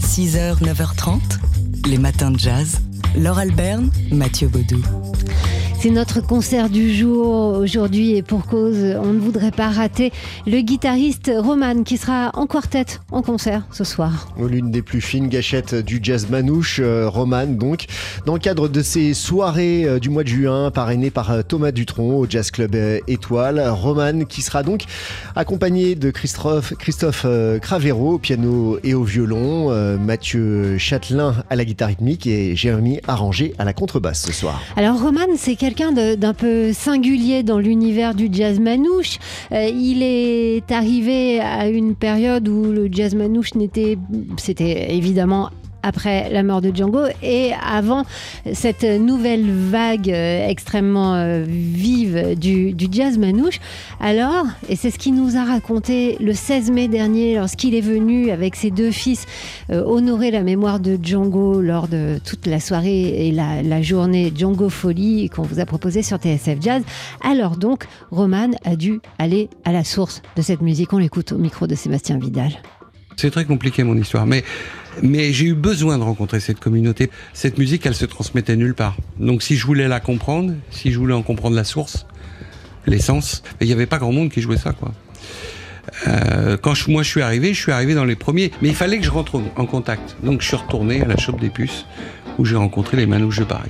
6h, 9h30, les matins de jazz. Laure Alberne, Mathieu Baudou. C'est notre concert du jour aujourd'hui et pour cause, on ne voudrait pas rater le guitariste Roman qui sera en quartet en concert ce soir. L'une des plus fines gâchettes du jazz manouche, Roman donc, dans le cadre de ses soirées du mois de juin parrainées par Thomas Dutronc au Jazz Club Étoile. Roman qui sera donc accompagné de Christophe Cravero au piano et au violon, Mathieu Châtelain à la guitare rythmique et Jérémy Arranger à la contrebasse ce soir. Alors Roman, c'est quelqu'un d'un peu singulier dans l'univers du jazz manouche. Il est arrivé à une période où le jazz manouche c'était évidemment après la mort de Django et avant cette nouvelle vague extrêmement vive du jazz manouche. Alors, et c'est ce qu'il nous a raconté le 16 mai dernier lorsqu'il est venu avec ses deux fils honorer la mémoire de Django lors de toute la soirée et la journée Django Folie qu'on vous a proposée sur TSF Jazz. Alors donc, Roman a dû aller à la source de cette musique. On l'écoute au micro de Sébastien Vidal. C'est très compliqué mon histoire, mais j'ai eu besoin de rencontrer cette communauté. Cette musique, elle se transmettait nulle part. Donc si je voulais la comprendre, si je voulais en comprendre la source, l'essence, il n'y avait pas grand monde qui jouait ça, quoi. Quand moi je suis arrivé dans les premiers, mais il fallait que je rentre en contact. Donc je suis retourné à la Chope des Puces, où j'ai rencontré les manouches de Paris.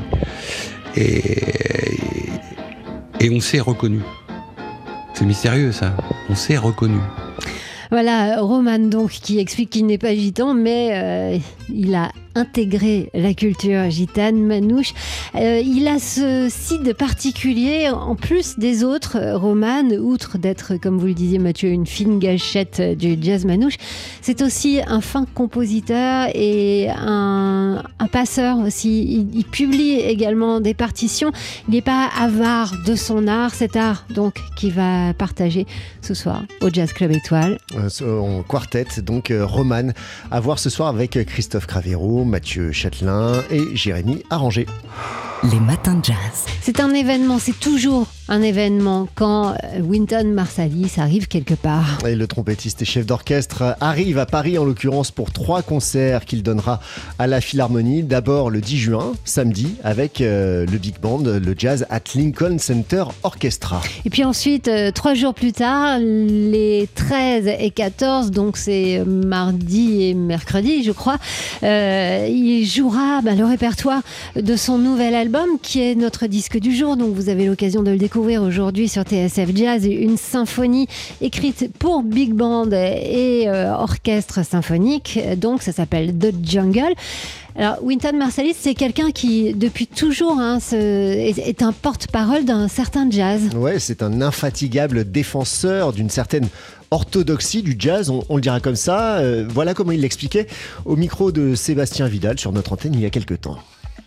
Et on s'est reconnus. C'est mystérieux ça, on s'est reconnus. Voilà, Roman donc qui explique qu'il n'est pas gitan, mais il a intégré la culture gitane, manouche. Il a ce site particulier, en plus des autres, Roman, outre d'être, comme vous le disiez Mathieu, une fine gâchette du jazz manouche, c'est aussi un fin compositeur et un passeur aussi. Il publie également des partitions. Il n'est pas avare de son art, cet art donc qu'il va partager ce soir au Jazz Club Étoile. En quartet, donc Roman, à voir ce soir avec Christophe Cravero, Mathieu Châtelain et Jérémy Arranger. Les matins de jazz. C'est un événement, c'est toujours un événement quand Wynton Marsalis arrive quelque part. Et le trompettiste et chef d'orchestre arrive à Paris en l'occurrence pour 3 concerts qu'il donnera à la Philharmonie. D'abord le 10 juin, samedi, avec le big band, le Jazz at Lincoln Center Orchestra. Et puis ensuite, 3 jours plus tard, les 13 et 14, donc c'est mardi et mercredi je crois, il jouera le répertoire de son nouvel album qui est notre disque du jour, donc vous avez l'occasion de le découvrir aujourd'hui sur TSF Jazz, une symphonie écrite pour big band et orchestre symphonique, donc ça s'appelle The Jungle. Alors Wynton Marsalis, c'est quelqu'un qui depuis toujours est un porte-parole d'un certain jazz. Ouais, c'est un infatigable défenseur d'une certaine orthodoxie du jazz, on le dira comme ça. Voilà comment il l'expliquait au micro de Sébastien Vidal sur notre antenne il y a quelques temps.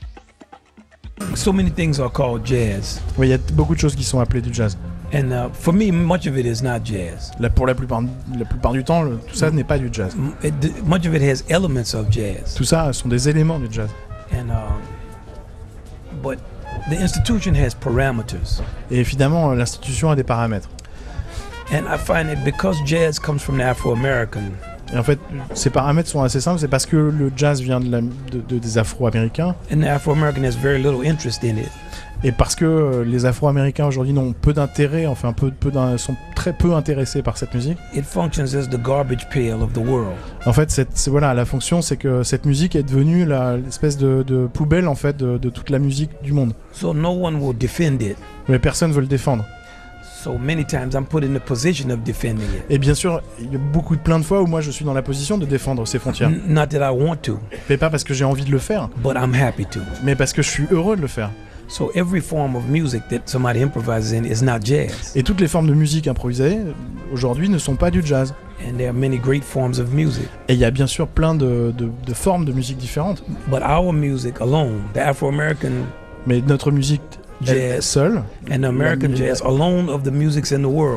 So many things are called jazz. Oui, il y a beaucoup de choses qui sont appelées du jazz. And for me, much of it is not jazz. Pour la plupart du temps, tout ça n'est pas du jazz. Much of it has elements of jazz. Tout ça sont des éléments du jazz. And but the institution has parameters. Et évidemment, l'institution a des paramètres. And I find that because jazz comes from the Afro-American. Et en fait, ces paramètres sont assez simples, c'est parce que le jazz vient des Afro-Américains. And the Afro-American has very little interest in it. Et parce que les Afro-Américains aujourd'hui n'ont peu d'intérêt, enfin sont très peu intéressés par cette musique. It functions as the garbage pail of the world. En fait, la fonction, c'est que cette musique est devenue l'espèce de poubelle en fait de toute la musique du monde. So no one will defend it. Mais personne veut le défendre. So many times I'm put in the position of defending it. Et bien sûr, il y a plein de fois où moi je suis dans la position de défendre ces frontières. Not that I want to. Mais pas parce que j'ai envie de le faire. But I'm happy to. Mais parce que je suis heureux de le faire. So every form of music that somebody improvises in is not jazz. Et toutes les formes de musique improvisées aujourd'hui ne sont pas du jazz. And there are many great forms of music. Et il y a bien sûr plein de formes de musique différentes. But our music alone, the Afro-American. Mais notre musique jazz seule, and American jazz alone of the musics in the world.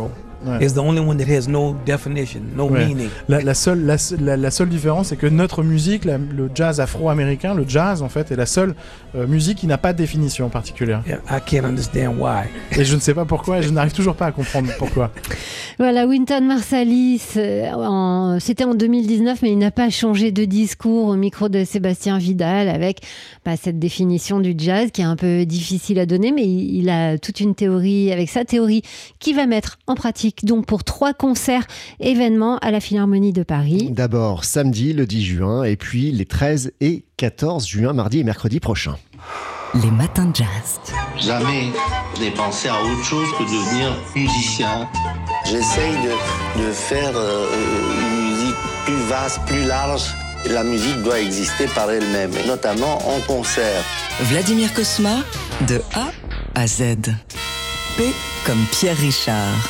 Ouais. It's the only one that has no definition, no Ouais. meaning. La seule différence, c'est que notre musique, le jazz afro-américain, le jazz en fait, est la seule musique qui n'a pas de définition particulière. Yeah, I can't understand why. Et je ne sais pas pourquoi, et je n'arrive toujours pas à comprendre pourquoi. Voilà, Wynton Marsalis, c'était en 2019, mais il n'a pas changé de discours au micro de Sébastien Vidal avec cette définition du jazz qui est un peu difficile à donner, mais il a toute une théorie avec sa théorie qu'il va mettre en pratique donc pour 3 concerts événements à la Philharmonie de Paris. D'abord samedi le 10 juin et puis les 13 et 14 juin, mardi et mercredi prochains. Les matins de jazz. Jamais je n'ai pensé à autre chose que devenir musicien. J'essaye de faire une musique plus vaste, plus large. La musique doit exister par elle-même, et notamment en concert. Vladimir Cosma, de A à Z. P comme Pierre Richard.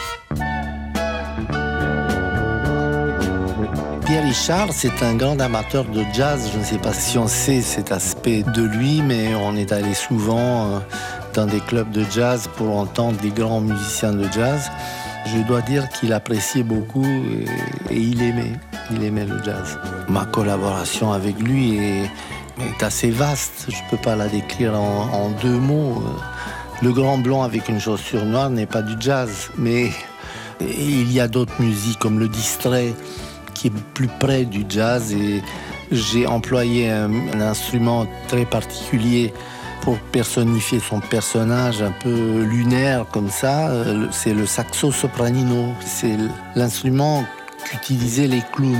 Pierre Richard, c'est un grand amateur de jazz. Je ne sais pas si on sait cet aspect de lui, mais on est allé souvent dans des clubs de jazz pour entendre des grands musiciens de jazz. Je dois dire qu'il appréciait beaucoup et il aimait le jazz. Ma collaboration avec lui est assez vaste. Je ne peux pas la décrire en 2 mots. Le Grand Blond avec une chaussure noire n'est pas du jazz, mais il y a d'autres musiques comme le distrait qui est plus près du jazz, et j'ai employé un instrument très particulier pour personnifier son personnage un peu lunaire comme ça. C'est le saxo sopranino, c'est l'instrument qu'utilisaient les clowns.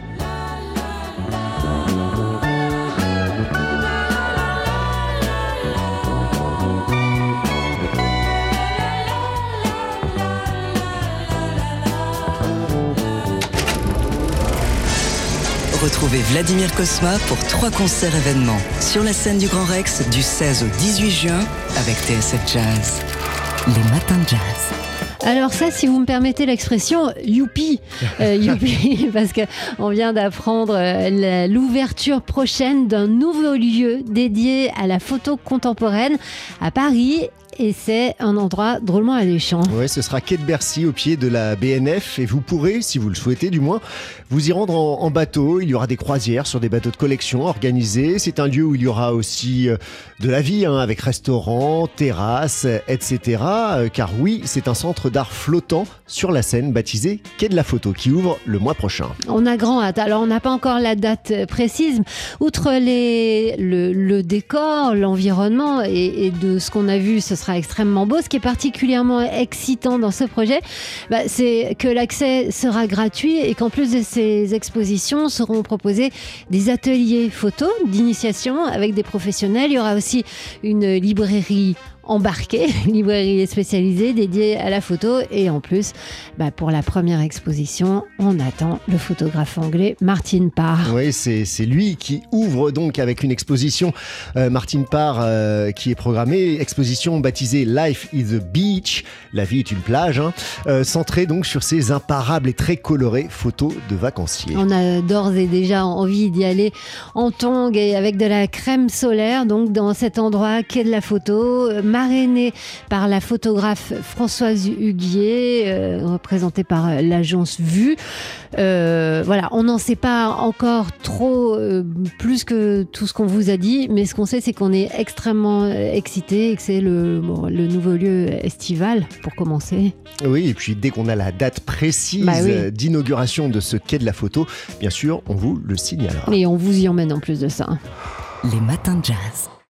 Retrouvez Vladimir Cosma pour 3 concerts événements sur la scène du Grand Rex du 16 au 18 juin avec TSF Jazz. Les matins de jazz. Alors ça, si vous me permettez l'expression, youpi, youpi, parce qu'on vient d'apprendre l'ouverture prochaine d'un nouveau lieu dédié à la photo contemporaine à Paris. Et c'est un endroit drôlement alléchant. Oui, ce sera quai de Bercy au pied de la BNF et vous pourrez, si vous le souhaitez du moins, vous y rendre en bateau. Il y aura des croisières sur des bateaux de collection organisés. C'est un lieu où il y aura aussi de la vie, avec restaurants, terrasses, etc. Car oui, c'est un centre d'art flottant sur la Seine baptisé Quai de la Photo qui ouvre le mois prochain. On a grand hâte. Alors on n'a pas encore la date précise. Outre le décor, l'environnement et de ce qu'on a vu, ce sera extrêmement beau. Ce qui est particulièrement excitant dans ce projet, c'est que l'accès sera gratuit et qu'en plus de ces expositions seront proposés des ateliers photo d'initiation avec des professionnels. Il y aura aussi une librairie embarquée, librairie spécialisée dédiée à la photo, et en plus pour la première exposition on attend le photographe anglais Martin Parr. Oui, c'est lui qui ouvre donc avec une exposition Martin Parr qui est programmée, exposition baptisée Life is a Beach, la vie est une plage, centrée donc sur ces imparables et très colorées photos de vacanciers. On a d'ores et déjà envie d'y aller en tongs et avec de la crème solaire, donc dans cet endroit quai de la photo, marrainée par la photographe Françoise Huguier, représentée par l'agence Vue. Voilà, on n'en sait pas encore trop plus que tout ce qu'on vous a dit, mais ce qu'on sait, c'est qu'on est extrêmement excités et que c'est le nouveau lieu estival pour commencer. Oui, et puis dès qu'on a la date précise d'inauguration de ce quai de la photo, bien sûr, on vous le signalera. Et on vous y emmène en plus de ça. Les matins de jazz.